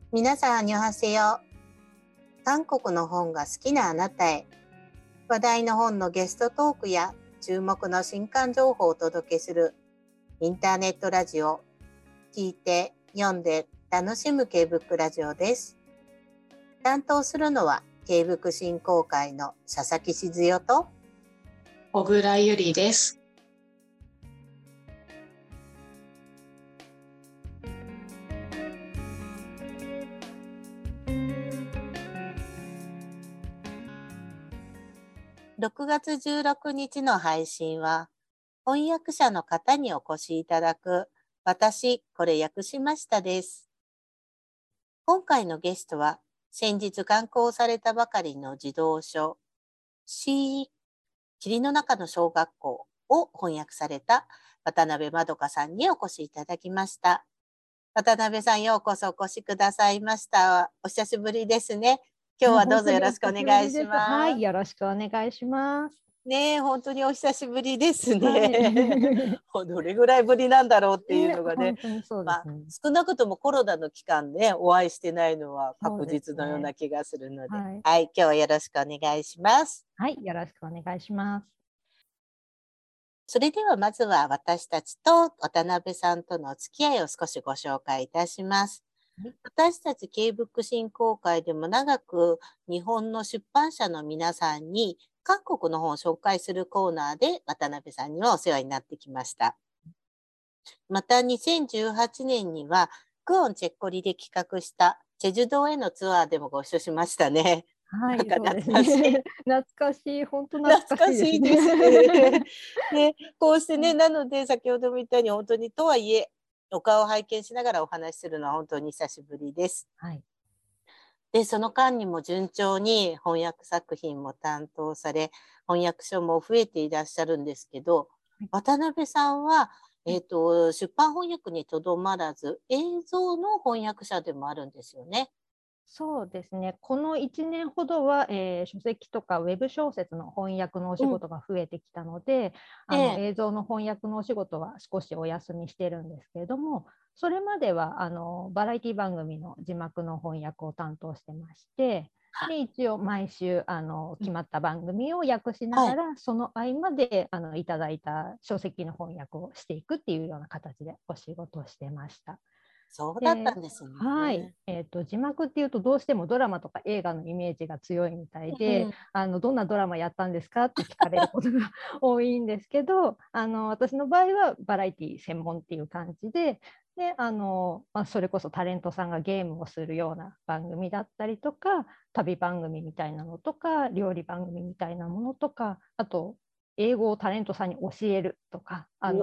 皆さん、アンニョンハセヨ。韓国の本が好きなあなたへ、話題の本のゲストトークや注目の新刊情報をお届けするインターネットラジオ、聞いて読んで楽しむK-BOOKラジオです。担当するのはK-BOOK振興会の佐々木静代と小倉ゆりです。 6月16日の配信は、翻訳者の方にお越しいただく、私、これ訳しましたです。今回のゲストは、先日刊行されたばかりの児童書、霧の中の小学校を翻訳された渡辺まどかさんにお越しいただきました。渡辺さん、ようこそお越しくださいました。お久しぶりですね。今日はどうぞよろしくお願いします。 はい、よろしくお願いします。 ね、本当にお久しぶりですね。 はい、 どれぐらいぶりなんだろうっていうのがね、 本当にそうですね。 少なくともコロナの期間でお会いしてないのは確実のような気がするので、はい、今日はよろしくお願いします。 はい、よろしくお願いします。 それではまずは私たちと渡辺さんとのお付き合いを少しご紹介いたします。私たちK-BOOK振興会でも長く日本の出版社の皆さんに韓国の本を紹介するコーナーで渡辺さんにはお世話になってきました。また2018年にはクオンチェッコリで企画したチェジュ島へのツアーでもご一緒しましたね。 はい、 懐かしい。 懐かしい、本当懐かしいですね。ね、こうしてね、なので先ほども言ったように本当にとはいえお顔を拝見しながらお話しするのは本当に久しぶりです。 はい。 で、その間にも順調に翻訳作品も担当され、翻訳書も増えていらっしゃるんですけど、渡辺さんは、出版翻訳にとどまらず、映像の翻訳者でもあるんですよね。 そうですね。この1年ほどは、書籍とかウェブ小説の翻訳のお仕事が増えてきたので、映像の翻訳のお仕事は少しお休みしてるんですけれども、それまではバラエティ番組の字幕の翻訳を担当してまして、で一応毎週決まった番組を訳しながら、その合間でいただいた書籍の翻訳をしていくっていうような形でお仕事をしてました。 そうだったんですね。 はい、字幕っていうとどうしてもドラマとか映画のイメージが強いみたいで、どんなドラマやったんですかって聞かれることが多いんですけど、私の場合はバラエティ専門っていう感じで、それこそタレントさんがゲームをするような番組だったりとか、旅番組みたいなのとか、料理番組みたいなものとか、あと英語をタレントさんに教えるとか、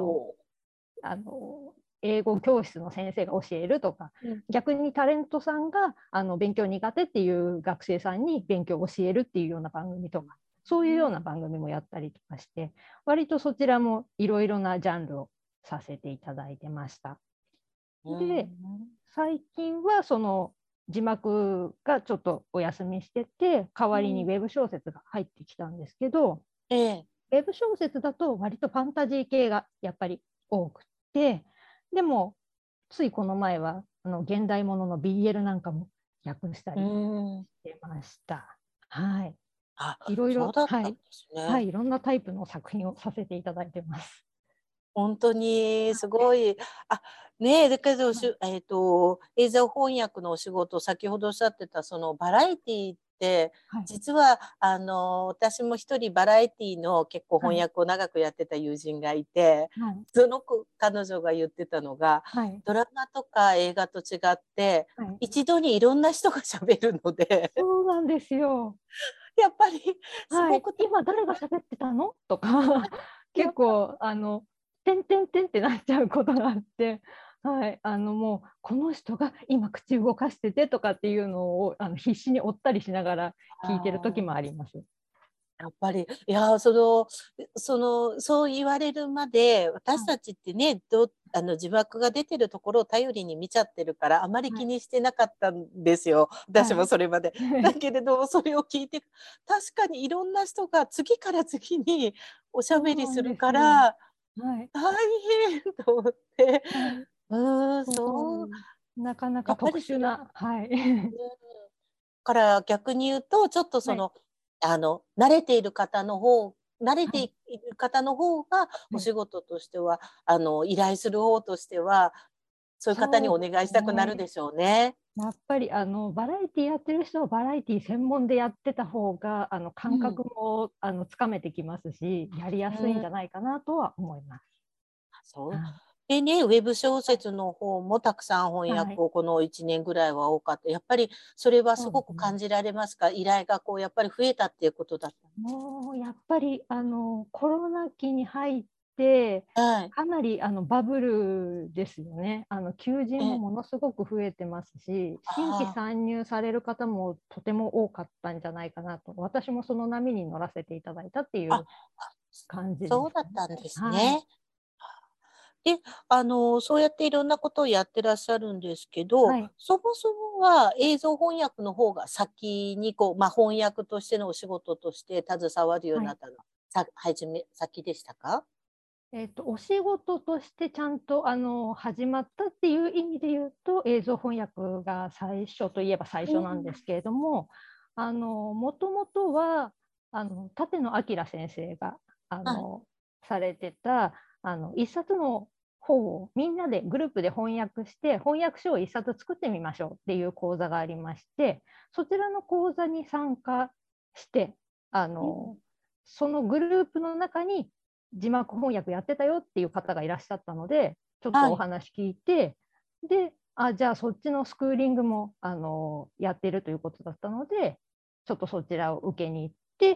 英語教室の先生が教えるとか、逆にタレントさんが勉強苦手っていう学生さんに勉強を教えるっていうような番組とか、そういうような番組もやったりとかして、割とそちらもいろいろなジャンルをさせていただいてました。で、最近はその字幕がちょっとお休みしてて、代わりにウェブ小説が入ってきたんですけど、ウェブ小説だと割とファンタジー系がやっぱり多くて、でもついこの前は現代ものの BL なんかも訳したりしてました。はい。いろいろ、はい、いろんなタイプの作品をさせていただいてます。 本当にすごい。ねえ、だけど、映像翻訳のお仕事、先ほどおっしゃってたそのバラエティって、実は私も一人バラエティの結構翻訳を長くやってた友人がいて、その彼女が言ってたのが、ドラマとか映画と違って、一度にいろんな人が喋るので。 そうなんですよ。 やっぱりすごく、 今誰が喋ってたのとか結構てんてんてんってなっちゃうことがあって、はい、もうこの人が今口動かしててとかっていうのを必死に追ったりしながら聞いてる時もあります。 やっぱりいやそう言われるまで私たちってね、字幕が出てるところを頼りに見ちゃってるからあまり気にしてなかったんですよ、私もそれまで。だけれどそれを聞いて確かにいろんな人が次から次におしゃべりするから大変と思って、そうなかなか特殊な、はい。 から逆に言うと、ちょっと慣れている方の方、慣れている方の方が、お仕事としては、依頼する方としては、そういう方にお願いしたくなるでしょうね。 やっぱりバラエティやってる人はバラエティ専門でやってた方が感覚もつかめてきますし、やりやすいんじゃないかなとは思います。 そうでね、ウェブ小説の方もたくさん翻訳をこの1年ぐらいは多かった。やっぱりそれはすごく感じられますか？依頼がやっぱり増えたっていうことだった。 もうやっぱりコロナ期に入って、かなりバブルですよね。求人もものすごく増えてますし、新規参入される方もとても多かったんじゃないかなと、私もその波に乗らせていただいたっていう感じです。 そうだったんですね。で、そうやっていろんなことをやってらっしゃるんですけど、そもそもは映像翻訳の方が先に翻訳としてのお仕事として携わるようになったのは、先でしたか？ お仕事としてちゃんと始まったっていう意味で言うと、映像翻訳が最初といえば最初なんですけれども、もともとは舘野明先生がされてた一冊の本をみんなでグループで翻訳して、翻訳書を一冊作ってみましょうっていう講座がありまして、そちらの講座に参加して、そのグループの中に字幕翻訳やってたよっていう方がいらっしゃったので、ちょっとお話聞いて、で、じゃあそっちのスクーリングもやってるということだったので、ちょっとそちらを受けに行って、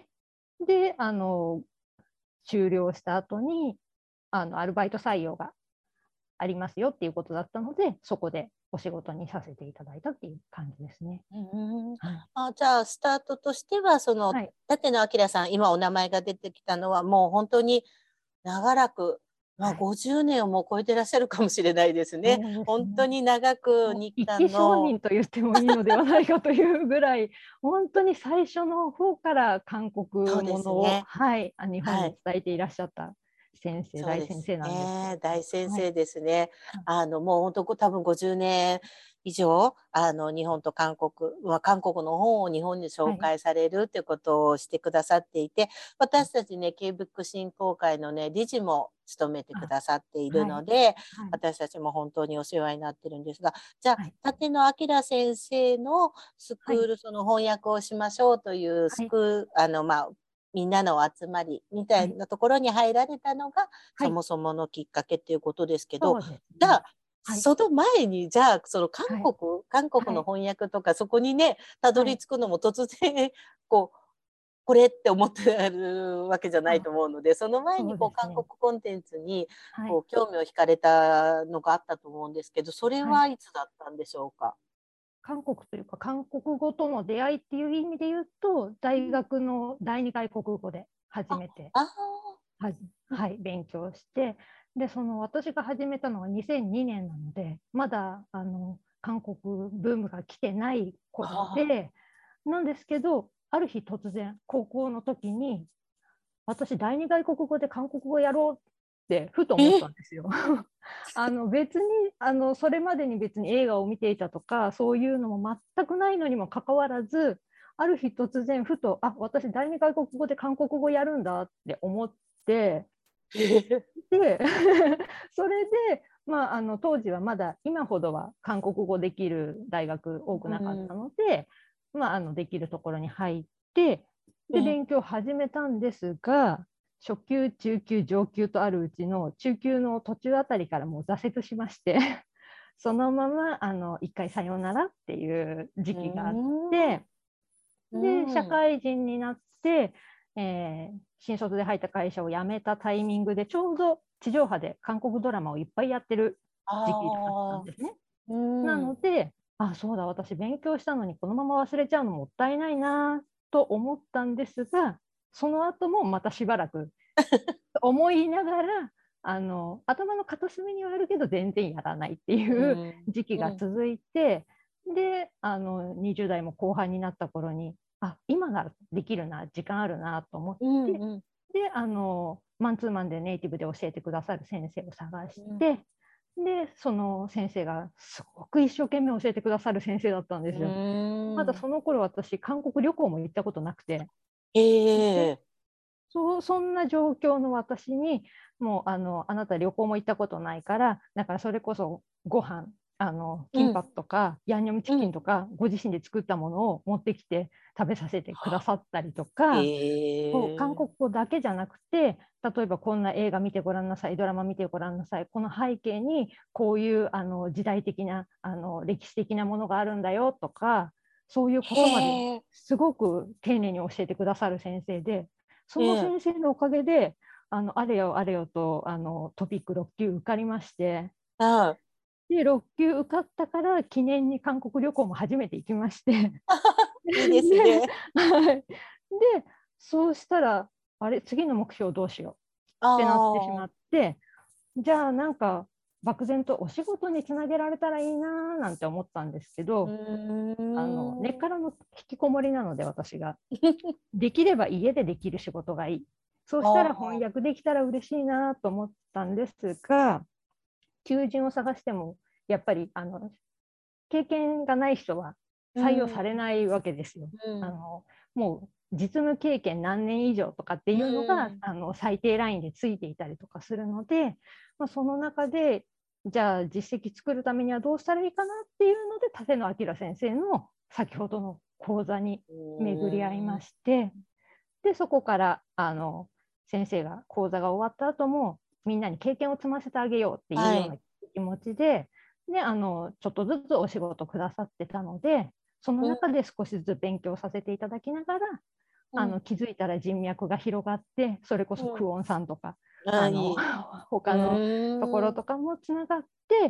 で、終了した後にアルバイト採用がありますよっていうことだったので、そこでお仕事にさせていただいたっていう感じですね。 じゃあスタートとしては舘野明さん、今お名前が出てきたのはもう本当に長らく、50年をもう超えてらっしゃるかもしれないですね。本当に長く日韓の。 一商人と言ってもいいのではないかというぐらい、本当に最初の方から韓国ものを、日本に伝えていらっしゃった先生、大先生なんです。 大先生ですね。もう本当多分50年以上日本と韓国、韓国の本を日本に紹介されるっていうことをしてくださっていて、私たちね、K-BOOK振興会のね、理事も務めてくださっているので、私たちも本当にお世話になってるんですが、じゃあ、舘野明先生のスクール、その翻訳をしましょうというスクール、みんなの集まりみたいなところに入られたのが、そもそものきっかけっていうことですけど、じゃあ、その前に、じゃあ、その韓国の翻訳とか、そこにね、たどり着くのも突然、これって思ってるわけじゃないと思うので、その前に韓国コンテンツに興味を惹かれたのがあったと思うんですけど、それはいつだったんでしょうか？ 韓国というか韓国語との出会いっていう意味で言うと、大学の第二外国語で初めて勉強して、で私が始めたのは2002年なので、まだ韓国ブームが来てない頃でなんですけど、ある日突然高校の時に、私第二外国語で韓国語やろうってふと思ったんですよ。別にそれまでに別に映画を見ていたとかそういうのも全くないのにもかかわらず、ある日突然ふと私第二外国語で韓国語やるんだって思って、でそれで、当時はまだ今ほどは韓国語できる大学多くなかったので、できるところに入ってで勉強を始めたんですが、初級、中級、上級とあるうちの中級の途中あたりからもう挫折しましてそのまま一回さよならっていう時期があって、で社会人になって、新卒で入った会社を辞めたタイミングでちょうど地上波で韓国ドラマをいっぱいやってる時期だったんですね。なのでそうだ、私勉強したのにこのまま忘れちゃうのもったいないなと思ったんですが、その後もまたしばらく思いながら頭の片隅にはあるけど全然やらないっていう時期が続いて、で20代も後半になった頃に今ならできるな、時間あるなと思って、でマンツーマンでネイティブで教えてくださる先生を探して、 でその先生がすごく一生懸命教えてくださる先生だったんですよ。まだその頃私韓国旅行も行ったことなくて、でそんな状況の私にもうあなた旅行も行ったことないから、だからそれこそご飯キンパとかヤンニョムチキンとか、ご自身で作ったものを持ってきて食べさせてくださったりとか、韓国語だけじゃなくて、例えばこんな映画見てごらんなさい、ドラマ見てごらんなさい、この背景にこういう時代的な歴史的なものがあるんだよとか、そういうことまですごく丁寧に教えてくださる先生で、その先生のおかげであれよあれよとトピック6級受かりまして、で6級受かったから記念に韓国旅行も初めて行きましていいですね。 でそうしたらあれ次の目標どうしようってなってしまって、じゃあなんか漠然とお仕事につなげられたらいいななんて思ったんですけど、根っからの引きこもりなので私ができれば家でできる仕事がいい、そうしたら翻訳できたら嬉しいなと思ったんですが、求人を探してもやっぱり経験がない人は採用されないわけですよ。もう実務経験何年以上とかっていうのが、最低ラインでついていたりとかするので、その中でじゃあ実績作るためにはどうしたらいいかなっていうので、立野明先生の先ほどの講座に巡り合いまして、でそこから先生が講座が終わった後もみんなに経験を積ませてあげようっていうような気持ちで、ちょっとずつお仕事くださってたので、その中で少しずつ勉強させていただきながら、気づいたら人脈が広がって、それこそクオンさんとか、他のところとかもつながって、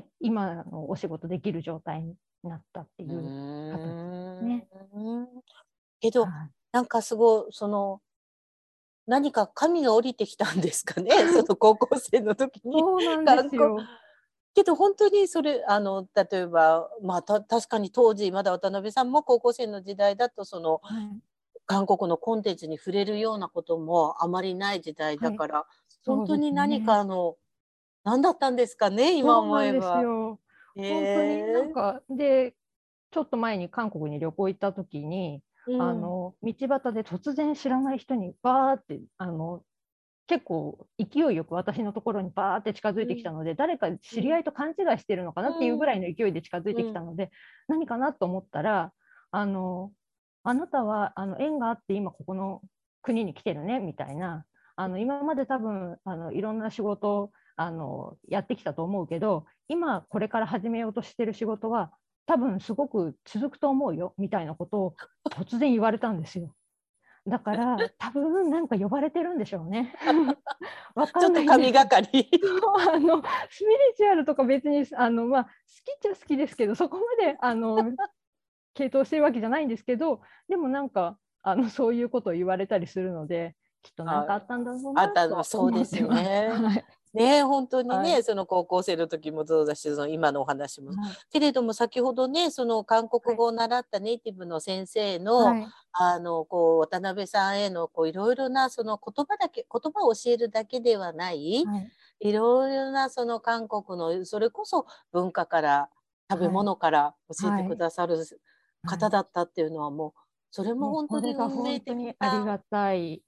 今のお仕事できる状態になったっていう形ですね。 けど、なんかすごい何か神が降りてきたんですかね、その高校生の時に。 そうなんですよ。 けど本当にそれ例えば、確かに当時まだ渡辺さんも高校生の時代だと韓国のコンテンツに触れるようなこともあまりない時代だから、本当に何か何だったんですかね、今思えば。 そうなんですよ。本当になんかでちょっと前に韓国に旅行行った時に、道端で突然知らない人にバーって結構勢いよく私のところにバーって近づいてきたので、誰か知り合いと勘違いしてるのかなっていうぐらいの勢いで近づいてきたので、何かなと思ったらあなたは縁があって今ここの国に来てるねみたいな、今まで多分いろんな仕事をやってきたと思うけど、今これから始めようとしてる仕事は多分すごく続くと思うよみたいなことを突然言われたんですよ。だから多分なんか呼ばれてるんでしょうね。わかんない。 ちょっと神がかり。 スピリチュアルとか別に好きっちゃ好きですけど、そこまで傾倒してるわけじゃないんですけど、でもなんかそういうことを言われたりするので、きっと何かあったんだろうなと思ってます。 そうですね。ね、本当にね、その高校生の時もそうだし、今のお話も、けれども先ほどね、その韓国語を習ったネイティブの先生の、渡辺さんへのいろいろなその言葉を教えるだけではない、いろいろなその韓国のそれこそ文化から食べ物から教えてくださる方だったっていうのはもうそれも本当に運命的な。 ありがたい。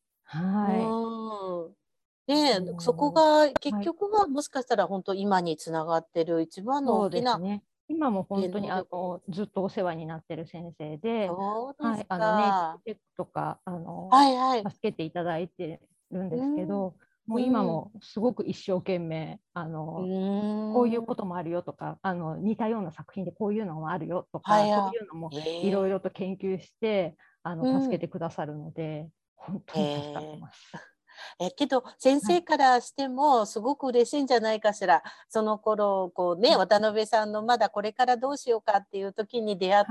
ね、そこが結局はもしかしたら本当今につながってる一番の大きな、 今も本当にずっとお世話になってる先生で、 そうですか。 ネイティブチェックとか助けていただいてるんですけど、もう今もすごく一生懸命こういうこともあるよとか似たような作品でこういうのもあるよとか、そういうのもいろいろと研究して助けてくださるので、本当に助かってます。 けど先生からしてもすごく嬉しいんじゃないかしら。その頃渡辺さんのまだこれからどうしようかっていう時に出会って、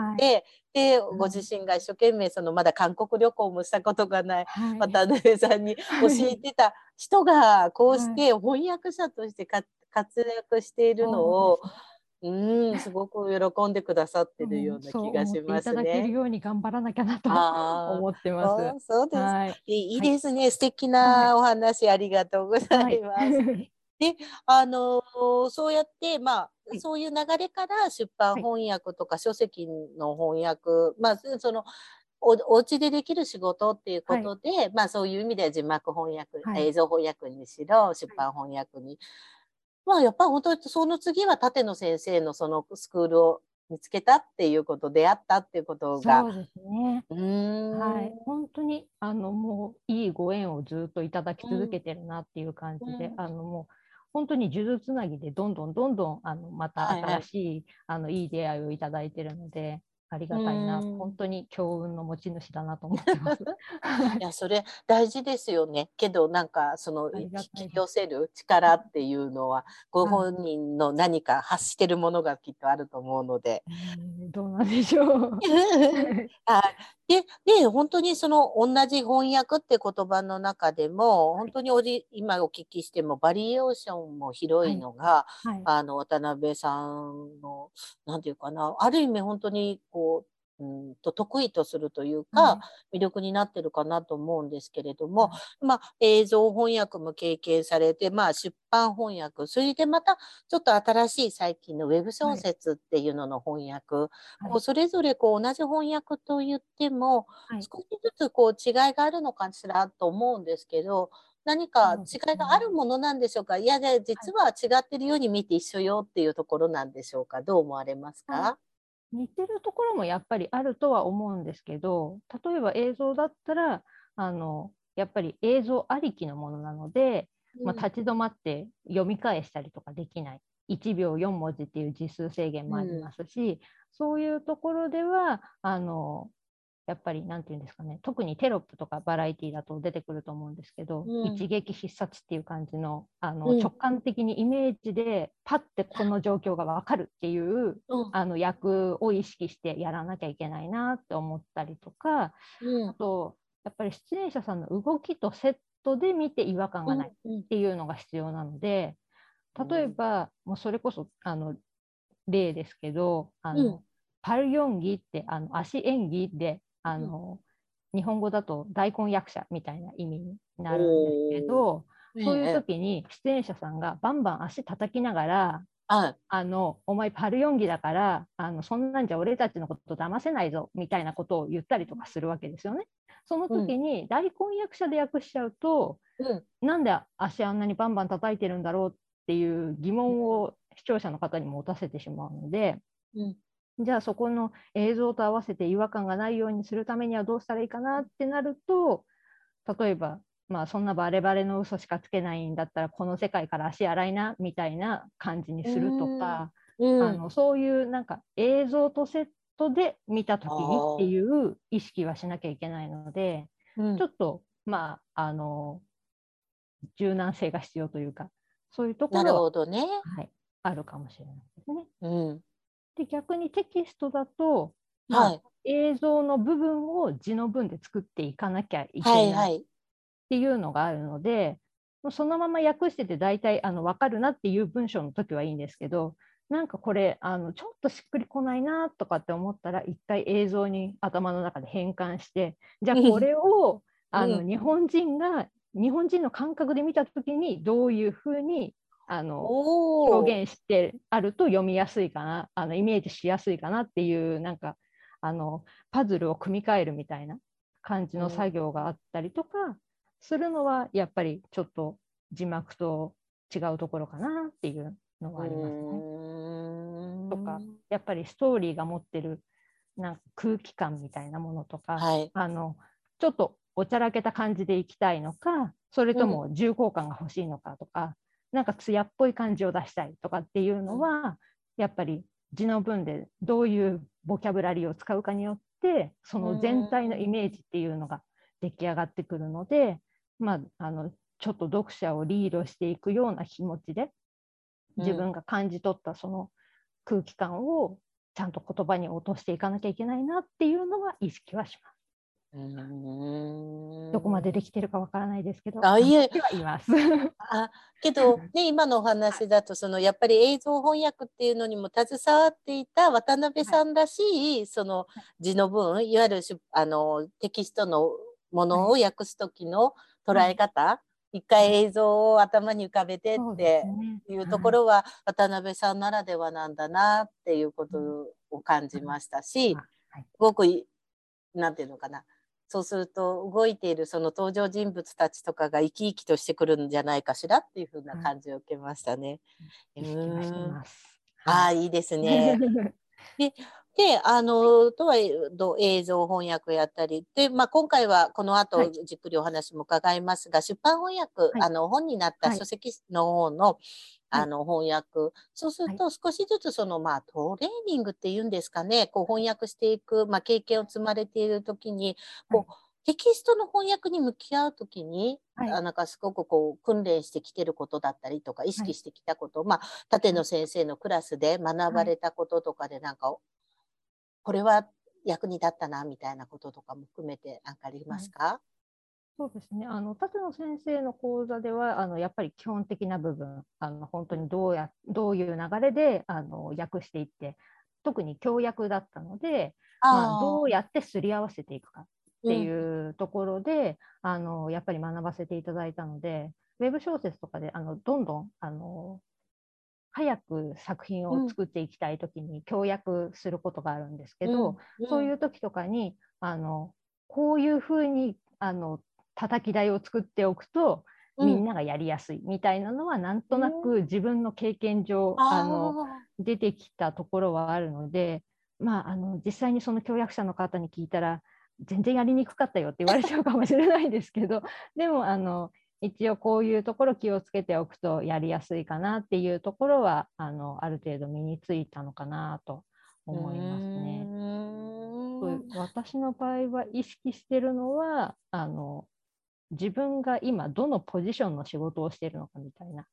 でご自身が一生懸命まだ韓国旅行もしたことがない渡辺さんに教えてた人がこうして翻訳者として活躍しているのをすごく喜んでくださってるような気がしますね。 いただけるように頑張らなきゃなと思ってます。 そうです。いいですね。素敵なお話ありがとうございます。 で、そうやって、そういう流れから出版はい翻訳とか書籍の翻訳、その、お家でできる仕事っていうこはいとで、そういう意味では字幕翻訳、 はい映像翻訳にしろ、出版翻訳に。やっぱり本当にその次は立野先生のそのスクールを見つけたっていうこと、出会ったっていうことが、 そうですね。 うーはい、 ん、 本当にもういいご縁をずっといただきうん、 続けてるなっていう感じで、 うん、 もう本当に数珠つなぎでどんどんどんどんまたはいはい。 新しいいい出会いをいただいてるので、ありうがたいな、本ん。 当に強運の持ち主だなと思ってます。はい、 いや、それ大事ですよね。けど、なんか、その、 ありが引きたいです。 寄せる力っていうのは、ごはい、 本人の何か発してるものがきっとあると思うので。 どうなんでしょう。 はい。で、本当にその同じ翻訳って言葉の中でも、本当に今お聞きしてもバリエーションも広いはい、 のが、 はい、 渡辺さんの、なんていうかな、ある意味本当にこう、得意とするというか、 はい、 魅力になってるかなと思うんですけれども、 はい、 映像翻訳も経験されて、出版翻訳、それでまたちょっと新しい最近のウェブ小はい、 説っていうのの翻訳、 はい、 それぞれ同じ翻訳と言っても、 はい、 少しずつ違いがあるのかしらと思うんですけど、何かそうで違いがあすね。 るものなんでしょうか。いや、 はい、 実は違ってるように見て一緒よっていうところなんでしょうか。どう思われますか？ 似てるところもやっぱりあるとは思うんですけど、例えば映像だったらやっぱり映像ありきのものなので、 うん、 立ち止まって読み返したりとかできない、1秒4文字っていう字数制限もありうん、 ますし、そういうところではやっぱりなんていうんですかね、特にテロップとかバラエティだと出てくると思うんですけど、 うん、 一撃必殺っていう感じの、 うん、 直感的にイメージでパッてこの状況が分かるっていううん、 役を意識してやらなきゃいけないなって思ったりとか、 うん、 あとやっぱり出演者さんの動きとセットで見て違和感うん、 がないっうん、 ていうのが必要なので、例えうん、 ばもうそれこそ例ですけど、 うん、 パルヨンギって足演技で日本語だと大根役者みたいな意味になるんですけおー、 ど、 えそういうえ、 時に出演者さんがバンバン足叩きながら、 はい、 お前パルヨンギだからそんなんじゃ俺たちのこと騙せないぞみたいなことを言ったりとかするわけですよね。そのうん、 時に大根役者で訳しちゃうと、 うん、 なんで足あんなにバンバン叩いてるんだろうっていう疑問を視聴者の方にも持たせてしまうので、 うん、 じゃあそこの映像と合わせて違和感がないようにするためにはどうしたらいいかなってなると、例えば、そんなバレバレの嘘しかつけないんだったらこの世界から足洗いなみたいな感じにうするとん、 か、 うん、 そういうなんか映像とセットで見たあ時にってあ、 いう意識はしなきゃいけないので、 うん、 ちょっと柔軟性が必要というか、そういうとこなるろは、 ほどね。 はい、あるかもしれないですね。 うん、 で、逆にテキストだと、 はい、 映像の部分を字の文で作っていかなきゃいはい、 けないっはい。 ていうのがあるので、もうそのまま訳してて大体分かるなっていう文章の時はいいんですけど、なんかこれちょっとしっくりこないなとかって思ったら一回映像に頭の中で変換して、じゃあこれをうん、 日本人の感覚で見た時にどういうふうにおー、 表現してあると読みやすいかな、イメージしやすいかなっていう、なんかパズルを組み替えるみたいな感じうん、 の作業があったりとかするのは、やっぱりちょっと字幕と違うところかなっていうのうはありますね。とか、 ーん、 やっぱりストーリーが持ってるなんか空気感みたいなものとか、 はい。 ちょっとおちゃらけた感じでいきたいのか、それとうん、 も重厚感が欲しいのかとか、なんか艶っぽい感じを出したいとかっていううん、 のは、やっぱり字の文でどういうボキャブラリーを使うかによって、そうの全体のん、 イメージっていうのが出来上がってくるので、ちょっと読者をリードしていくような気持ちで、 うん、 自分が感じ取ったその空気感をちゃんと言葉に落としていかなきゃいけないなっていうのは意識はします。 うーどこまででん。 きてるかわからないですけど、 あ、いえ、 頑張ってはいます。 けど、ね、今のお話だと、やっぱり映像翻訳っていうのにも携わっていた渡辺はい、 さんらしい、字の文、いわゆるテキストのもはい、 のを訳す時の捉はい、 え方一回映像を頭に浮かべてっていうところは、渡辺さんならではなんだなっていうことを感じましたし、すごくなんていうのかな、そうすると動いているその登場人物たちとかが生き生きとしてくるんじゃないかしらっていうふうな感じを受けましたね。 意識はしてます。 いいですね。で、とは映像翻訳やったりで、今回はこの後じっくりお話も伺いますが、出版翻訳、本になった書籍の方の、翻訳、そうすると少しずつそのトレーニングっていうんですかね、こう翻訳していく、経験を積まれている時にこう、テキストの翻訳に向き合うときに、なんかすごくこう訓練してきてることだったりとか意識してきたこと、舘野先生のクラスで学ばれたこととかでなんか、これは役に立ったなみたいなこととかも含めて何かありますか？ そうですね。舘野先生の講座ではやっぱり基本的な部分本当にどういう流れで訳していって、特に教訳だったので、どうやってすり合わせていくかっていうところで、やっぱり学ばせていただいたので、ウェブ小説とかでどんどん早く作品を作っていきたいときに協約することがあるんですけど、そういう時とかにこういうふうに叩き台を作っておくとみんながやりやすいみたいなのはなんとなく自分の経験上出てきたところはあるので、実際にその協約者の方に聞いたら全然やりにくかったよって言われちゃうかもしれないですけど、でも一応こういうところ気をつけておくとやりやすいかなっていうところはある程度身についたのかなと思いますね。私の場合は意識してるのは自分が今どのポジションの仕事をしているのかみたいな、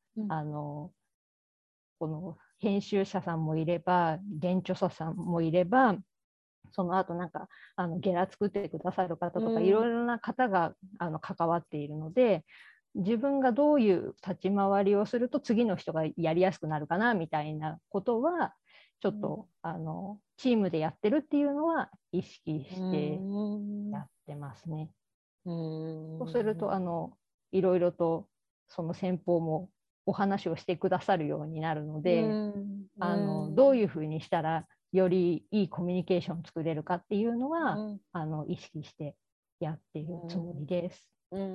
この編集者さんもいれば原著者さんもいれば、その後なんかゲラ作ってくださる方とかいろいろな方が関わっているので、自分がどういう立ち回りをすると次の人がやりやすくなるかなみたいなことはちょっとチームでやってるっていうのは意識してやってますね。そうするといろいろとその先方もお話をしてくださるようになるので、どういうふうにしたらよりいいコミュニケーションを作れるかっていうのは意識してやっているつもりです。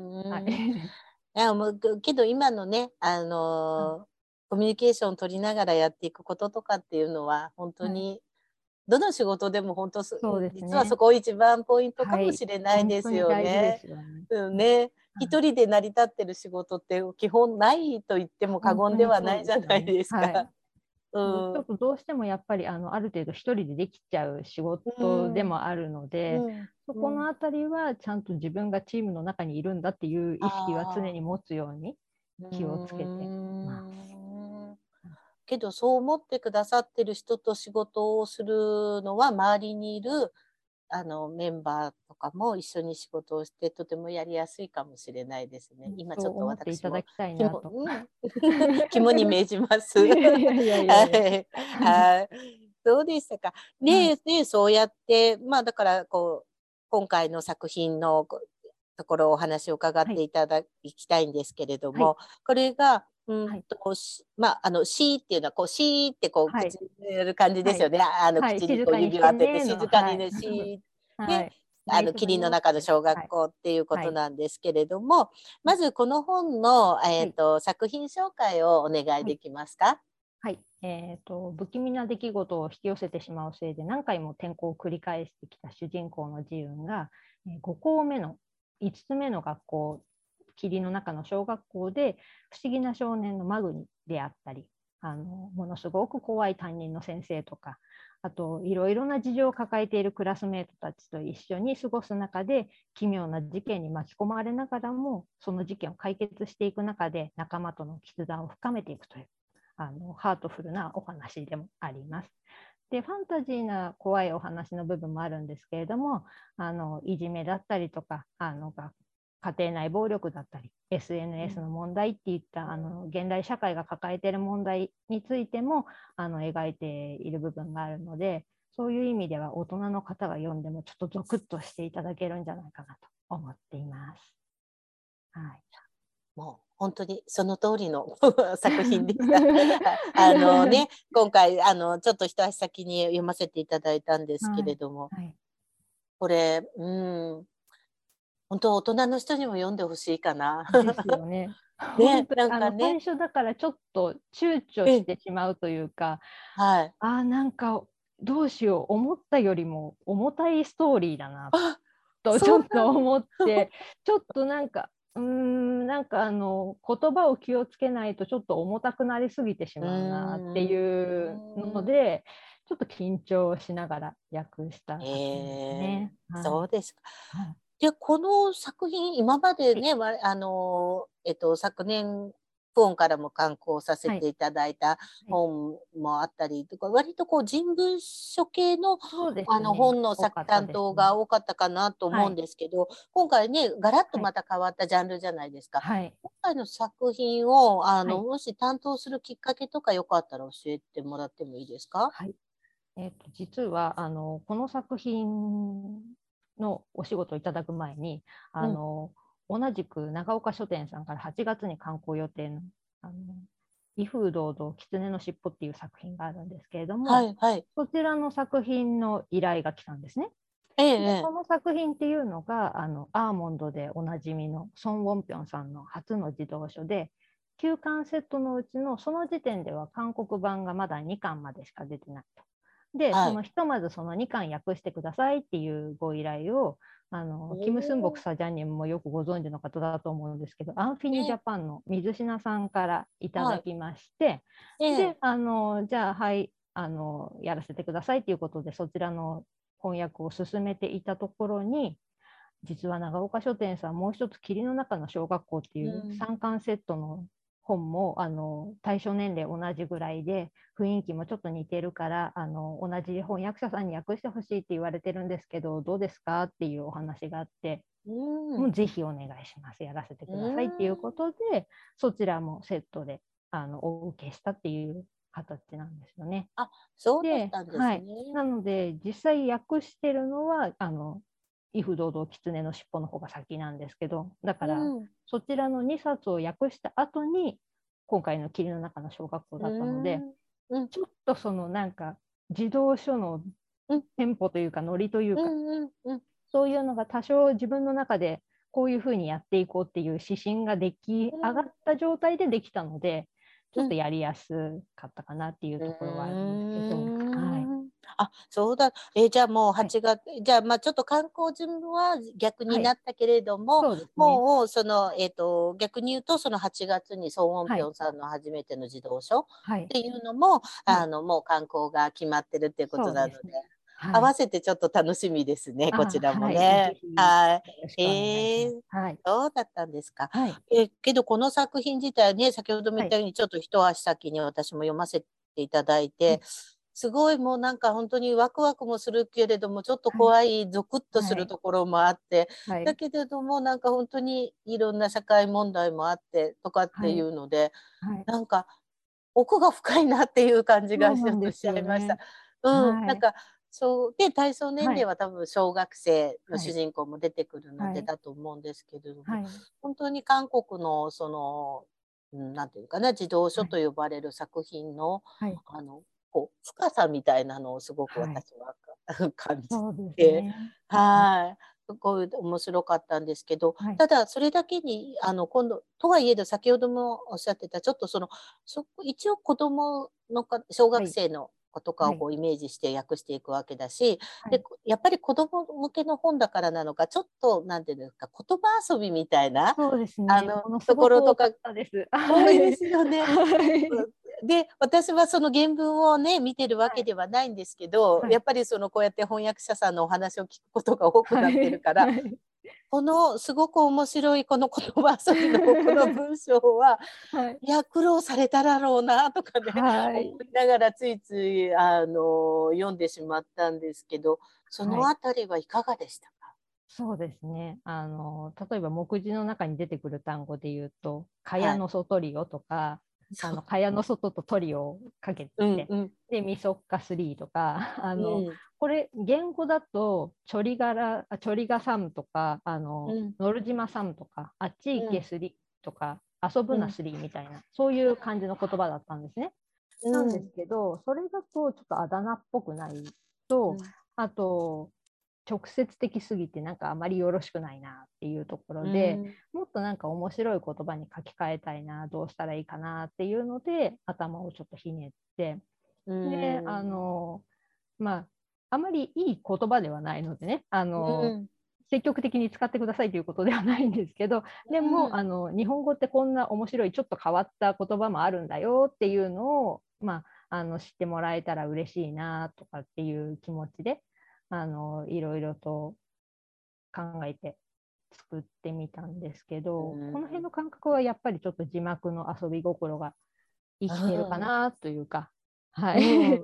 けど今のね、コミュニケーションを取りながらやっていくこととかっていうのは本当に、どの仕事でも本当実はそこ一番ポイントかもしれないですよね。一人で成り立ってる仕事って基本ないと言っても過言ではないじゃないですか。 ちょっとどうしてもやっぱりある程度一人でできちゃう仕事でもあるので、そこのあたりはちゃんと自分がチームの中にいるんだっていう意識は常に持つように気をつけてます。 けどそう思ってくださってる人と仕事をするのは周りにいるメンバーとかも一緒に仕事をしてとてもやりやすいかもしれないですね。今ちょっと私も肝に銘じます。どうでしたか。で、そうやってだから今回の作品のところお話を伺っていただきたいんですけれども、これがシーっていうのはこうシーってこう口にやる感じですよね。口にこう指を当てて静かにねシーで霧の中の小学校っていうことなんですけれども、まずこの本の作品紹介をお願いできますか。 不気味な出来事を引き寄せてしまうせいで何回も転校を繰り返してきた主人公のジウンが5校目の5つ目の学校、霧の中の小学校で不思議な少年のマグに出会ったり、ものすごく怖い担任の先生とか、あといろいろな事情を抱えているクラスメートたちと一緒に過ごす中で奇妙な事件に巻き込まれながらもその事件を解決していく中で仲間との絆を深めていくというハートフルなお話でもあります。でファンタジーな怖いお話の部分もあるんですけれども、いじめだったりとか家庭内暴力だったり SNS の問題っていった現代社会が抱えている問題についても描いている部分があるので、そういう意味では大人の方が読んでもちょっとゾクッとしていただけるんじゃないかなと思っています。 もう本当にその通りの作品でした。今回ちょっと一足先に読ませていただいたんですけれども、 はい、 これ、本当大人の人にも読んでほしいかな。 ですよね。本ね、 当なんかね。 最初だからちょっと躊躇してしまうというか、 はい。 なんかどうしよう、思ったよりも重たいストーリーだなあ、 とちょっそうなんと思って、ちょっとなんかなんか言葉を気をつけないとちょっと重たくなりすぎてしまうなっていうので、ちょっと緊張しながら訳した作品ですね。 そうですか。 はい。 で、この作品、今まではい。 ね、昨年、クオンからも刊行させはい。 ていただいたはい。 本もあったりとか、割とこう人文書系の、 そうですね。 本の多かった担ですね。 当が多かったかなと思うんはい。 ですけど、今回ね、ガラッとはい。 また変わったジャンルじゃないですか。 はい。 今回の作品を、 はい。 もし担当するきっかけとかよかったら教えてもらってもいいですか？ はい。実はこの作品のお仕事をいただく前にうん。 同じく長岡書店さんから8月に刊行予定の威風堂々狐の尻尾っていう作品があるんですけれども、 はい、はい。 そちらの作品の依頼が来たんですね。 ええ、 で、 ええ。 その作品っていうのがアーモンドでおなじみのソン・ウォンピョンさんの初の児童書で、9巻セットのうちのその時点では韓国版がまだ2巻までしか出てないと。で、 はい。 ひとまずその2巻訳してくださいっていうご依頼を、 おキム・スンボクー。 サジャンニンもよくご存知の方だと思うんですけど、アンフィニ・ジャパンの水品さんからいたはい。 だきまして、 ええ。 で、じゃあ、はい、やらせてくださいっていうことで、そちらの翻訳を進めていたところに、実は長岡書店さん、もう一つ、霧の中の小学校っていううん。 3巻セットの本も対象年齢同じぐらいで、雰囲気もちょっと似てるから同じ翻訳者さんに訳してほしいって言われてるんですけど、どうですかっていうお話があって、 うん。 もうぜひお願いします、やらせてうくださいっていうこん。 とで、そちらもセットでお受けしたっていう形なんですよね。 あ、そうだっで、 たんではい。 すね。 なので、実際訳してるのは、威風堂々狐の尻尾の方が先なんですけど、だかうら、 ん。 そちらの2冊を訳した後に、今回の霧の中の小学校うだったので、 ん。うん。 ちょっとそのなんか、児童書のうん。 テンポというか、ノリというか、 うん。うん。うん。 そういうのが多少自分の中で、こういうふうにやっていこうっていう指針が出来上がった状態でできたので、ちょっとやりやすかったかなっていううところはあるんですけど、はい。 ん。あ、そうだ。じゃあもうはい。 8月、じゃあまあちょっと観光順は逆にはい。 なったけれども、 そうですね。 もう逆に言うとその8月にソン・ウォンはい。 ピョンさんの初めての児童書っはい。 ていうのも、 はい。 もう観光が決まってるっていうことなので、 そうですね。はい。 合わせてちょっと楽しみですね、こちらもはい。ぜね。 ひ、 はよろしい。 くお願いします。はい。 そうだったんですか。 はい。 けどこの作品自体ね、先ほども言はい。 ったようにちょっと一足先に私も読ませていただいて、 はい。 すごいもうなんか本当にワクワクもするけれども、ちょっとはい。 怖い、ゾクッとすはい。 るところもあって、 はい。 だけれどもなんか本当にいろんな社会問題もあってとかっていはい。 うので、 はい。 なんか奥が深いなっていう感じそうがちょっとしちなんですゃいました。 よね。 うん、 はい。 なんかそうで対象年はい。 齢は多分小学生のはい。 主人公も出てくるのはい。 でだと思うんですけれども、 はい。 本当に韓国のその、なんていうかな、児童書はい。 と呼ばれる作品のはい。 あのこう深さみたいなのをすごくはい。 私は感じそうですて、 ね。はい。 はい。すごい面白かったんですけど、 はい。 ただそれだけに今度とはいえど先ほどもおっしゃってたちょっと一応子供の小はい。 学生の子とかはい。 をこうイメージして訳していくわけだし、で、 はい。 やっぱり子供向けの本だからなのか、ちょっとなんていうんですか、言葉遊びみたいな、 そうですね。ものすとごく多かころとかったです。は多いでい。 すよね。 はい。 で、私はその原文をね、見てるわはい。 けではないんですけど、 はい。 やっぱりこうやって翻訳者さんのお話を聞くことが多くなってるはい。 から、 はい。 このすごく面白いこの言葉遊びのこの文章は、 はい。 いや、苦労されただろうなとかね、思はい。 いながらついつい読んでしまったんですけど、そはい。 のあたりはいかがでしたか？ そうですね。例えば目次の中に出てくる単語で言うと、蚊帳はい。 の外トリオとか、 そう。 蚊帳の外とトリオをかけて、 うんうん。 で、ミソッカ3とか、 うん。 これ、言語だと、チョリガサムとか、 うん。 ノルジマサムとか、あっち行うん。 けすり、 とか遊ぶな3みたいな、そういう感じの言葉だったんですね。なんですけど、それだとちょっとあだ名っぽくないと、あと直接的すぎてなんかあまりよろしくないなっていうところで、もっとなんか面白い言葉に書き換えたいな、どうしたらいいかなっていうので頭をちょっとひねって、でまああまりいい言葉ではないのでね、積極的に使ってくださいということではないんですけど、でも日本語ってこんな面白いちょっと変わった言葉もあるんだよっていうのを、知ってもらえたら嬉しいなとかっていう気持ちでいろいろと考えて作ってみたんですけど、この辺の感覚はやっぱりちょっと字幕の遊び心が生きてるかなというか、はい。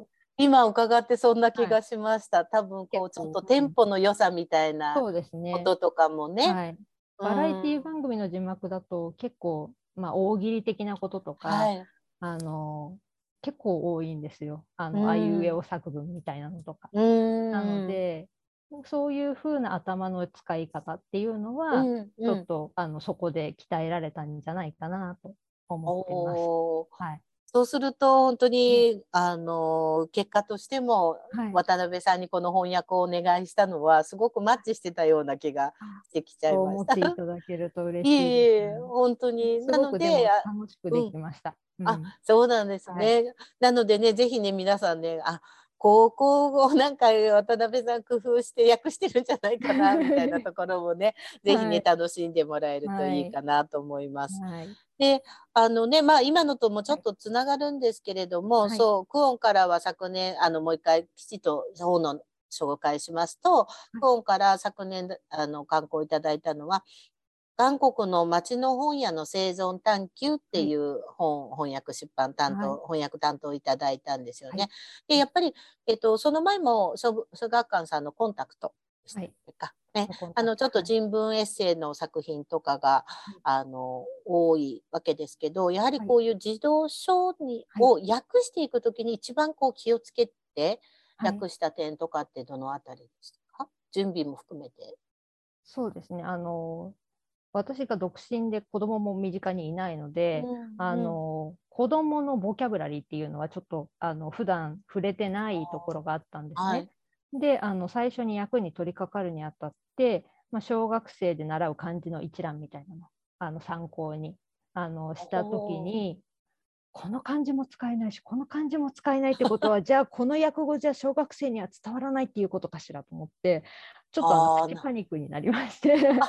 今伺ってそんな気がしました。多分こうちょっとテンポの良さみたいなこととかもね。 はい、バラエティ番組の字幕だと結構、大喜利的なこととか、結構多いんですよ。あいうえお作文みたいなのとか。なのでそういうふうな頭の使い方っていうのは、ちょっとそこで鍛えられたんじゃないかなと思ってます。はい、 そうすると本当に、結果としても、渡辺さんにこの翻訳をお願いしたのはすごくマッチしてたような気がしてきちゃいました。 そう思っていただけると嬉しいです。 本当に。 なので楽しくできました。 そうなんですね。なのでね、ぜひね、皆さんね、ここをなんか渡辺さん工夫して訳してるんじゃないかなみたいなところもねぜひね楽しんでもらえるといいかなと思います。で今のともちょっとつながるんですけれども、そうクオンからは昨年もう一回きちっと本の紹介しますと、クオンから昨年刊行いただいたのは韓国の町の本屋の生存探求っていう翻訳出版担当、翻訳担当いただいたんですよね。でやっぱり、その前も蘇学館さんのコンタクトか、ね、ちょっと人文エッセイの作品とかが、多いわけですけど、やはりこういう児童書を訳していくときに一番こう気をつけて訳した点とかってどのあたりですか？準備も含めて。 そうですね。私が独身で子供も身近にいないので、子供のボキャブラリーっていうのはちょっと普段触れてないところがあったんですね。で最初に役に取り掛かるにあたって、小学生で習う漢字の一覧みたいなの参考にした時に、この漢字も使えないしこの漢字も使えないってことはじゃあこの訳語じゃ小学生には伝わらないっていうことかしらと思って、ちょっとプチパニックになりましてで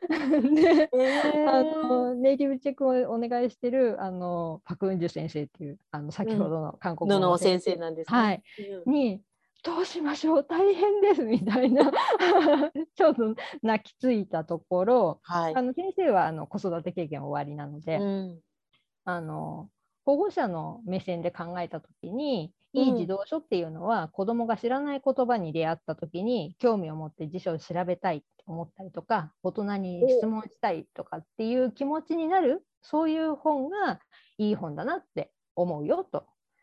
ネイティブチェックをお願いしてるパク・ウンジュ先生っていう先ほどの韓国語の先生なんですね。 にどうしましょう大変ですみたいなちょっと泣きついたところ、先生は子育て経験終わりなので、保護者の目線で考えた時に、いい児童書っていうのは子どもが知らない言葉に出会った時に興味を持って辞書を調べたいと思ったりとか、大人に質問したいとかっていう気持ちになる、そういう本がいい本だなって思うよと。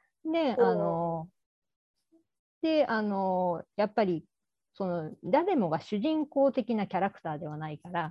でやっぱり誰もが主人公的なキャラクターではないから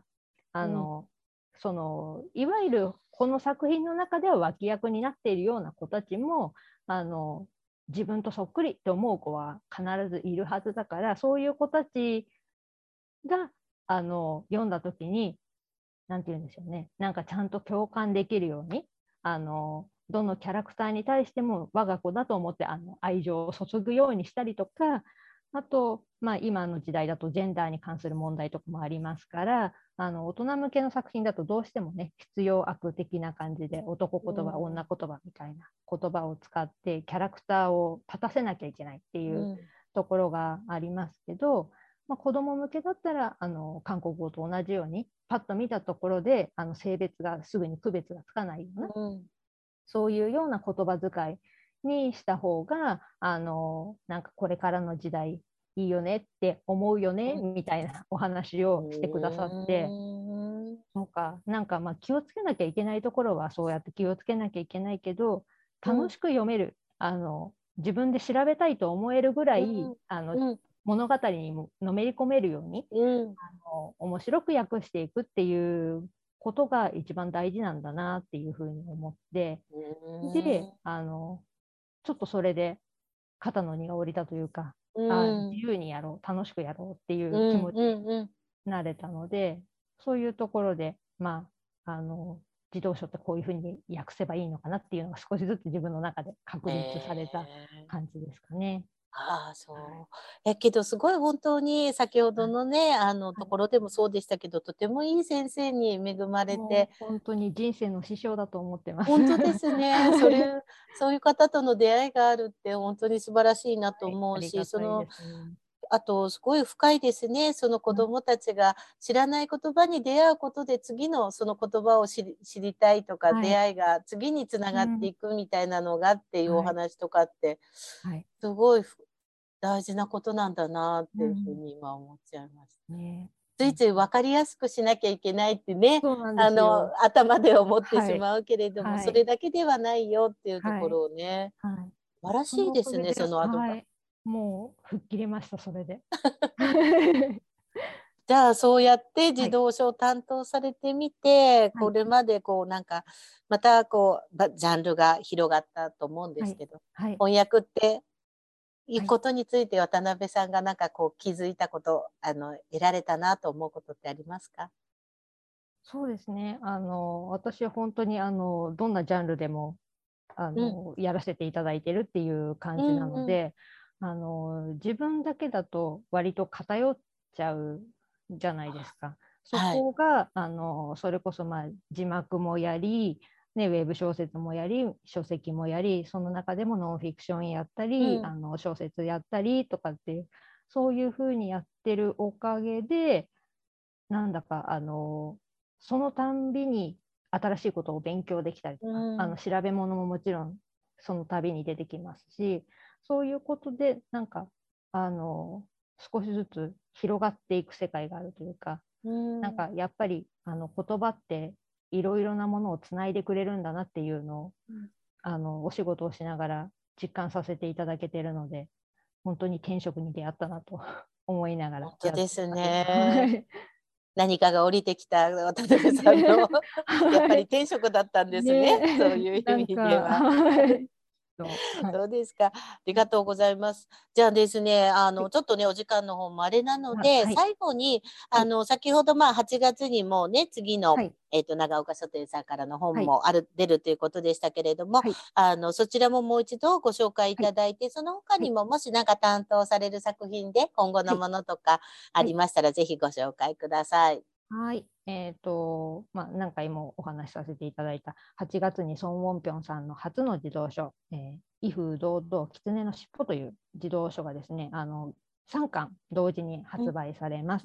いわゆるこの作品の中では脇役になっているような子たちも自分とそっくりと思う子は必ずいるはずだから、そういう子たちが読んだ時に何て言うんでしょうね、なんかちゃんと共感できるようにどのキャラクターに対しても我が子だと思って愛情を注ぐようにしたりとか、あと、今の時代だとジェンダーに関する問題とかもありますから、大人向けの作品だとどうしてもね、必要悪的な感じで男言葉、女言葉みたいな言葉を使ってキャラクターを立たせなきゃいけないっていうところがありますけど、子ども向けだったら韓国語と同じようにパッと見たところで性別がすぐに区別がつかないような、そういうような言葉遣いにした方がなんかこれからの時代いいよねって思うよねみたいなお話をしてくださって、なんか気をつけなきゃいけないところはそうやって気をつけなきゃいけないけど、楽しく読める、自分で調べたいと思えるぐらい、物語にものめり込めるように、面白く訳していくっていうことが一番大事なんだなっていうふうに思って、でちょっとそれで肩の荷が下りたというか、自由にやろう、楽しくやろうっていう気持ちになれたので、そういうところで、児童書ってこういうふうに訳せばいいのかなっていうのが少しずつ自分の中で確立された感じですかね。 そう。けどすごい本当に先ほどのね、ところでもそうでしたけど、とてもいい先生に恵まれて。 本当に人生の師匠だと思ってます。 本当ですね。そういう方との出会いがあるって本当に素晴らしいなと思うし、あとすごい深いですね。その子どもたちが知らない言葉に出会うことで次のその言葉を知りたいとか、出会いが次につながっていくみたいなのがっていうお話とかって、すごい大事なことなんだなっていうふうに今思っちゃいました。ついつい分かりやすくしなきゃいけないってね、頭で思ってしまうけれども、それだけではないよっていうところをね、素晴らしいですね、そのアドバイス。 もう吹っ切れました、それで。 じゃあそうやって児童書を担当されてみて、これまでなんかまたジャンルが広がったと思うんですけど、翻訳っていうことについて渡辺さんがなんか気づいたこと、得られたなと思うことってありますか？ そうですね。私は本当にどんなジャンルでもやらせていただいてるっていう感じなので、自分だけだと割と偏っちゃうじゃないですか。そこが、それこそ字幕もやり、ね、ウェブ小説もやり、書籍もやり、その中でもノンフィクションやったり、小説やったりとかっていう、そういうふうにやってるおかげで、なんだかそのたんびに新しいことを勉強できたりとか、調べ物ももちろんその度に出てきますし、そういうことでなんか少しずつ広がっていく世界があるというか、なんかやっぱり言葉っていろいろなものをつないでくれるんだなっていうのを、お仕事をしながら実感させていただけているので、本当に転職に出会ったなと思いながら。 本当ですね。何かが降りてきた渡辺さんのやっぱり転職だったんですね。そういう意味では。そうですか。ありがとうございます。じゃあですね、ちょっとね、お時間の方もあれなので、最後に、先ほど8月にもね、次の、長岡書店さんからの本も出るということでしたけれども、そちらももう一度ご紹介いただいて、その他にももし何か担当される作品で今後のものとかありましたら、ぜひご紹介ください。 はい。何回もお話しさせていただいた8月にソン・ウォンピョンさんの初の児童書、威風堂々狐のしっぽという児童書がですね、3巻同時に発売されます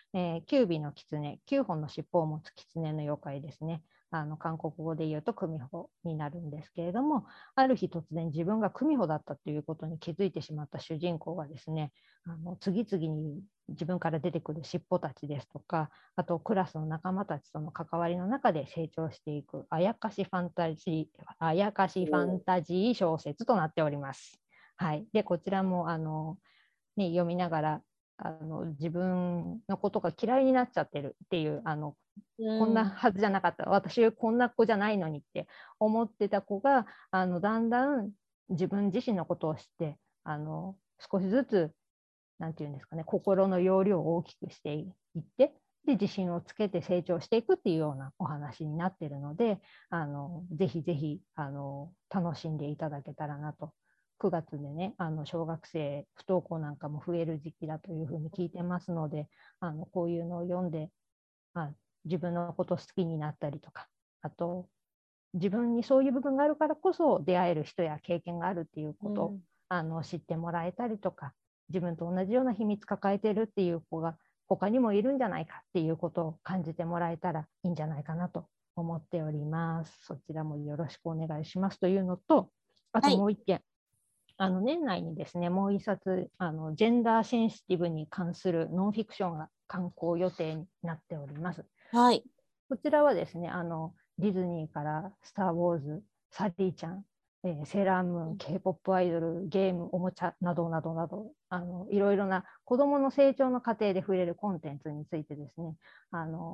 。9尾の狐、9本の尻尾を持つ狐の妖怪ですね。韓国語で言うとクミホになるんですけれども、ある日突然自分がクミホだったということに気づいてしまった主人公がですね、次々に自分から出てくる尻尾たちですとか、あとクラスの仲間たちとの関わりの中で成長していくあやかしファンタジー小説となっております。はい、でこちらも読みながら自分のことが嫌いになっちゃってるっていうこんなはずじゃなかった、私こんな子じゃないのにって思ってた子がだんだん自分自身のことを知って少しずつなんていうんですかね、心の容量を大きくしていってで自信をつけて成長していくっていうようなお話になっているのでぜひぜひ楽しんでいただけたらなと。9月でね小学生不登校なんかも増える時期だというふうに聞いてますのでこういうのを読んで自分のことを好きになったりとか、あと自分にそういう部分があるからこそ出会える人や経験があるっていうことを、知ってもらえたりとか、自分と同じような秘密抱えてるっていう子が他にもいるんじゃないかっていうことを感じてもらえたらいいんじゃないかなと思っております。そちらもよろしくお願いしますというのと、あともう一件、年内にですね、もう一冊ジェンダーセンシティブに関するノンフィクションが刊行予定になっております。 はい。 こちらはですね、ディズニーからスター・ウォーズ、サリーちゃん、セーラームーン、K-POP アイドル、ゲーム、おもちゃなどなどなど、いろいろな子どもの成長の過程で触れるコンテンツについてですね、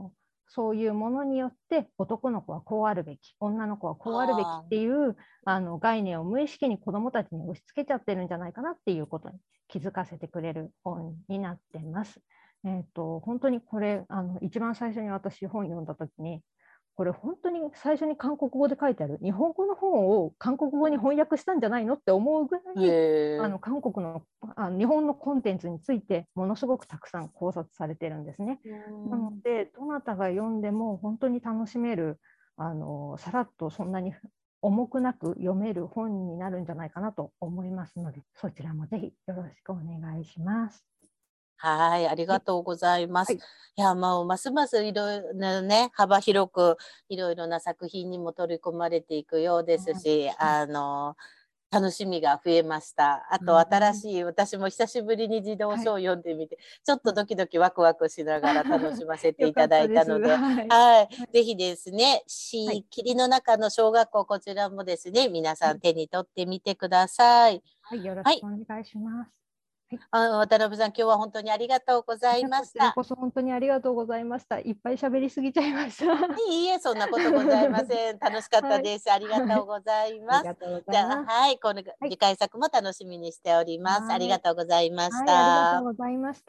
そういうものによって男の子はこうあるべき、女の子はこうあるべきっていう概念を無意識に子どもたちに押し付けちゃってるんじゃないかなっていうことに気づかせてくれる本になってます。本当にこれ一番最初に私本読んだ時に、これ本当に最初に韓国語で書いてある日本語の本を韓国語に翻訳したんじゃないのって思うぐらい韓国の日本のコンテンツについてものすごくたくさん考察されてるんですね。なのでどなたが読んでも本当に楽しめるさらっとそんなに重くなく読める本になるんじゃないかなと思いますので、そちらもぜひよろしくお願いします。 はい、ありがとうございます。 はい、 いや、ますますいろいろなね、幅広くいろいろな作品にも取り込まれていくようですし、楽しみが増えました。あと新しい、私も久しぶりに児童書を読んでみて、ちょっとドキドキワクワクしながら楽しませていただいたので、はい、ぜひですね、霧の中の小学校、こちらもですね、皆さん手に取ってみてください。 はい、よろしくお願いします。 渡辺さん、今日は本当にありがとうございました。 こちらこそ本当にありがとうございました。いっぱい喋りすぎちゃいました。 いいえ、そんなことございません。楽しかったです。ありがとうございます。じゃあ、はい、この次回作も楽しみにしております。ありがとうございました。 ありがとうございました。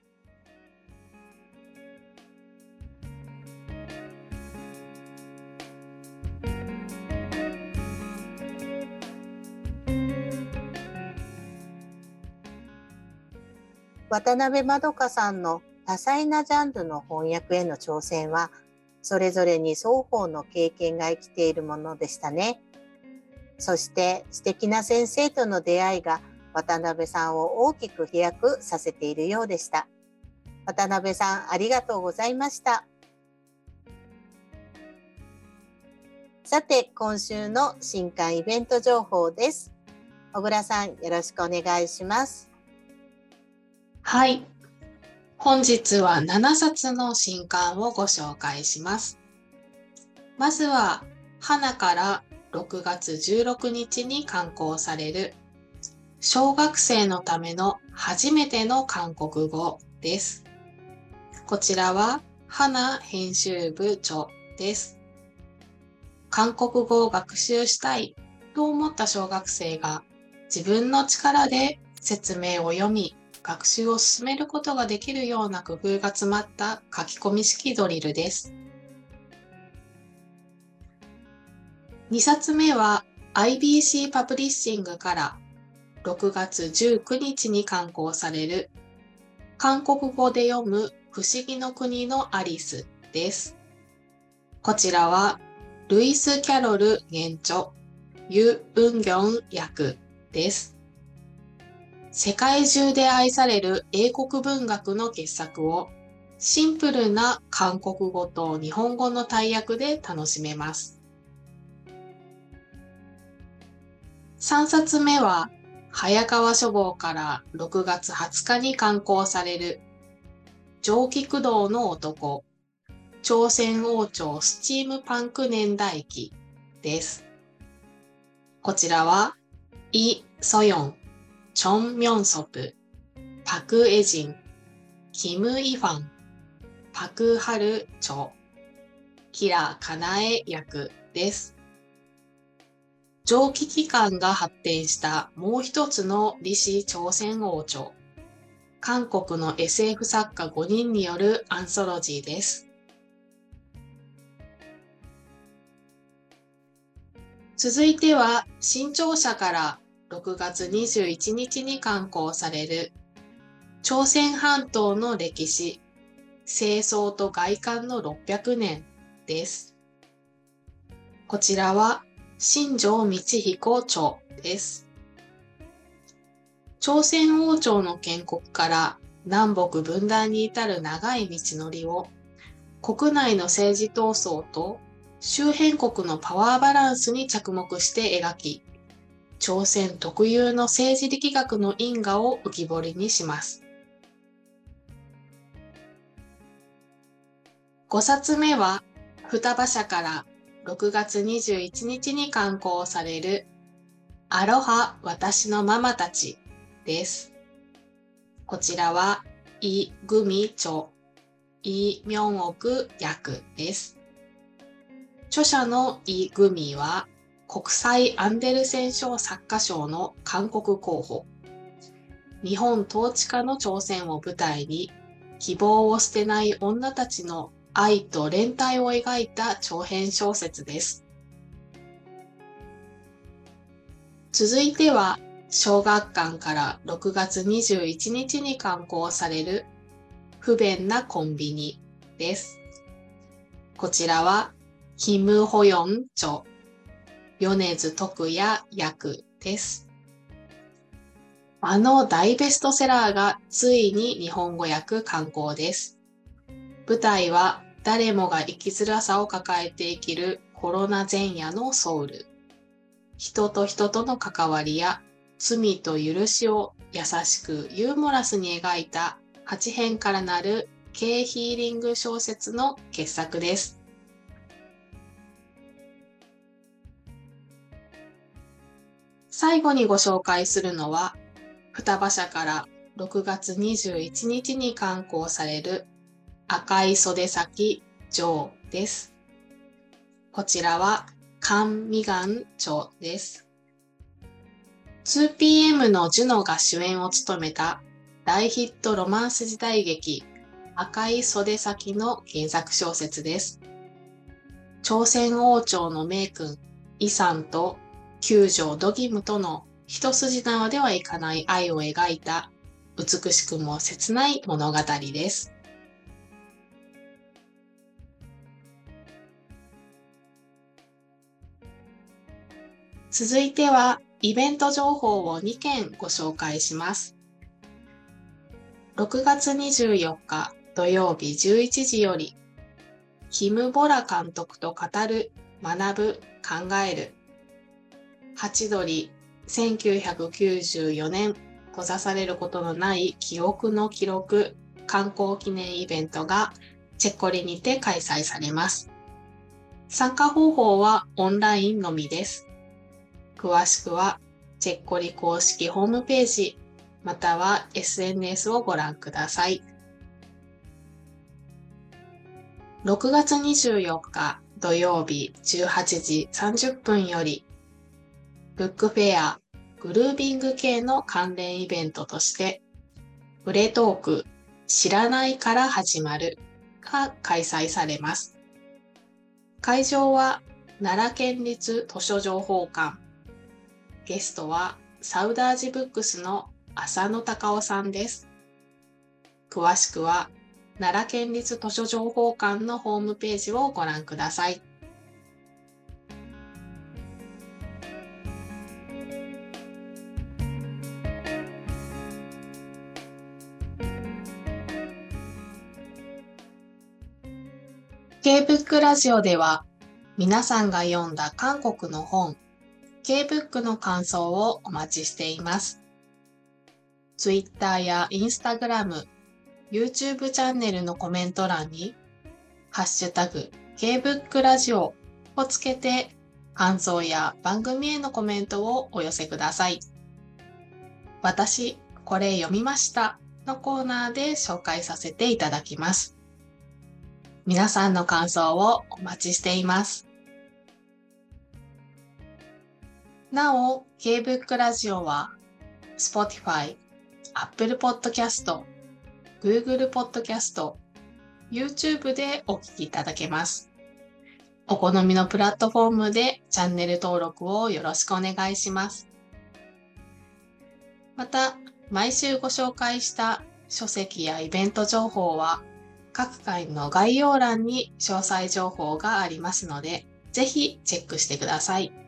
渡辺まどかさんの多彩なジャンルの翻訳への挑戦は、それぞれに双方の経験が生きているものでしたね。そして素敵な先生との出会いが渡辺さんを大きく飛躍させているようでした。渡辺さん、ありがとうございました。さて、今週の新刊イベント情報です。小倉さん、よろしくお願いします。 はい。本日は7冊の新刊をご紹介します。まずは、花から6月16日に刊行される小学生のための初めての韓国語です。こちらは花編集部長です。韓国語を学習したいと思った小学生が自分の力で説明を読み、学習を進めることができるような工夫が詰まった書き込み式ドリルです。2冊目は IBC パブリッシングから6月19日に刊行される韓国語で読む不思議の国のアリスです。こちらはルイス・キャロル原著、ユ・ウンギョン訳です。世界中で愛される英国文学の傑作をシンプルな韓国語と日本語の大訳で楽しめます。3冊目は早川書房から6月20日に刊行される蒸気駆動の男、朝鮮王朝スチームパンク年代記です。こちらはイ・ソヨン、チョン・ミョンソプ、パク・エジン、キム・イファン、パク・ハル・チョ、キラ・カナエ役です。蒸気機関が発展したもう一つの李氏朝鮮王朝、韓国の SF 作家5人によるアンソロジーです。続いては新潮社から6月21日に刊行される朝鮮半島の歴史、政争と外観の600年です。こちらは新庄道彦著です。朝鮮王朝の建国から南北分断に至る長い道のりを国内の政治闘争と周辺国のパワーバランスに着目して描き、朝鮮特有の政治力学の因果を浮き彫りにします。5冊目は双葉社から6月21日に刊行されるアロハ私のママたちです。こちらはイ・グミ著、 イ・ミョンオク役です。著者のイ・グミは国際アンデルセン賞作家賞の韓国候補。日本統治下の朝鮮を舞台に希望を捨てない女たちの愛と連帯を描いた長編小説です。続いては小学館から6月21日に刊行される不便なコンビニです。こちらはキム・ホヨン著、米津徳也役です。あの大ベストセラーがついに日本語訳刊行です。舞台は誰もが生きづらさを抱えて生きるコロナ前夜のソウル。人と人との関わりや罪と許しを優しくユーモラスに描いた8編からなる軽ヒーリング小説の傑作です。最後にご紹介するのは、双葉社から6月21日に刊行される赤い袖先ジョーです。こちらはカン・ミガン著です。2PM のジュノが主演を務めた大ヒットロマンス時代劇赤い袖先の原作小説です。朝鮮王朝の名君イさんと九条ドギムとの一筋縄ではいかない愛を描いた美しくも切ない物語です。続いてはイベント情報を2件ご紹介します。6月24日土曜日11時より、キム・ボラ監督と語る、学ぶ、考える、ハチドリ1994年閉ざされることのない記憶の記録観光記念イベントがチェコリにて開催されます。参加方法はオンラインのみです。詳しくはチェッコリ公式ホームページまたは SNS をご覧ください。6月24日土曜日18時30分よりブックフェアグルービング系の関連イベントとしてブレトーク知らないから始まるが開催されます。会場は奈良県立図書情報館。ゲストはサウダージブックスの浅野隆夫さんです。詳しくは奈良県立図書情報館のホームページをご覧ください。K-BOOK ラジオでは皆さんが読んだ韓国の本、K-BOOK の感想をお待ちしています。Twitter や Instagram、YouTube チャンネルのコメント欄にハッシュタグ K-BOOK ラジオをつけて感想や番組へのコメントをお寄せください。私、これ読みましたのコーナーで紹介させていただきます。皆さんの感想をお待ちしています。なお、K-BOOK ラジオは Spotify、Apple Podcast、Google Podcast、YouTube でお聞きいただけます。お好みのプラットフォームでチャンネル登録をよろしくお願いします。また、毎週ご紹介した書籍やイベント情報は各回の概要欄に詳細情報がありますので、ぜひチェックしてください。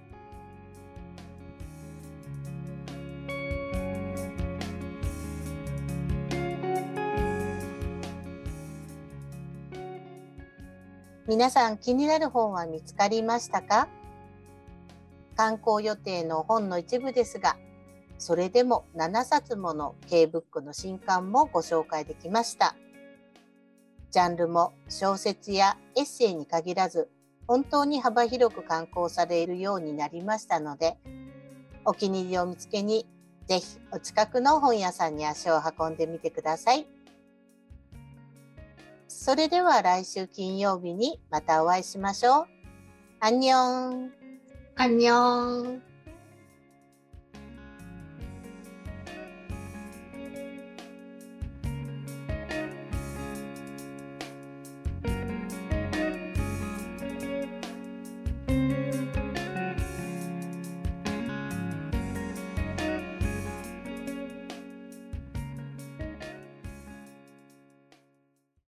皆さん気になる本は見つかりましたか？刊行予定の本の一部ですが、それでも7冊もの K-BOOK の新刊もご紹介できました。ジャンルも小説やエッセイに限らず、本当に幅広く刊行されるようになりましたので、お気に入りを見つけに、ぜひお近くの本屋さんに足を運んでみてください。 それでは来週金曜日にまたお会いしましょう。アンニョン。 アンニョン。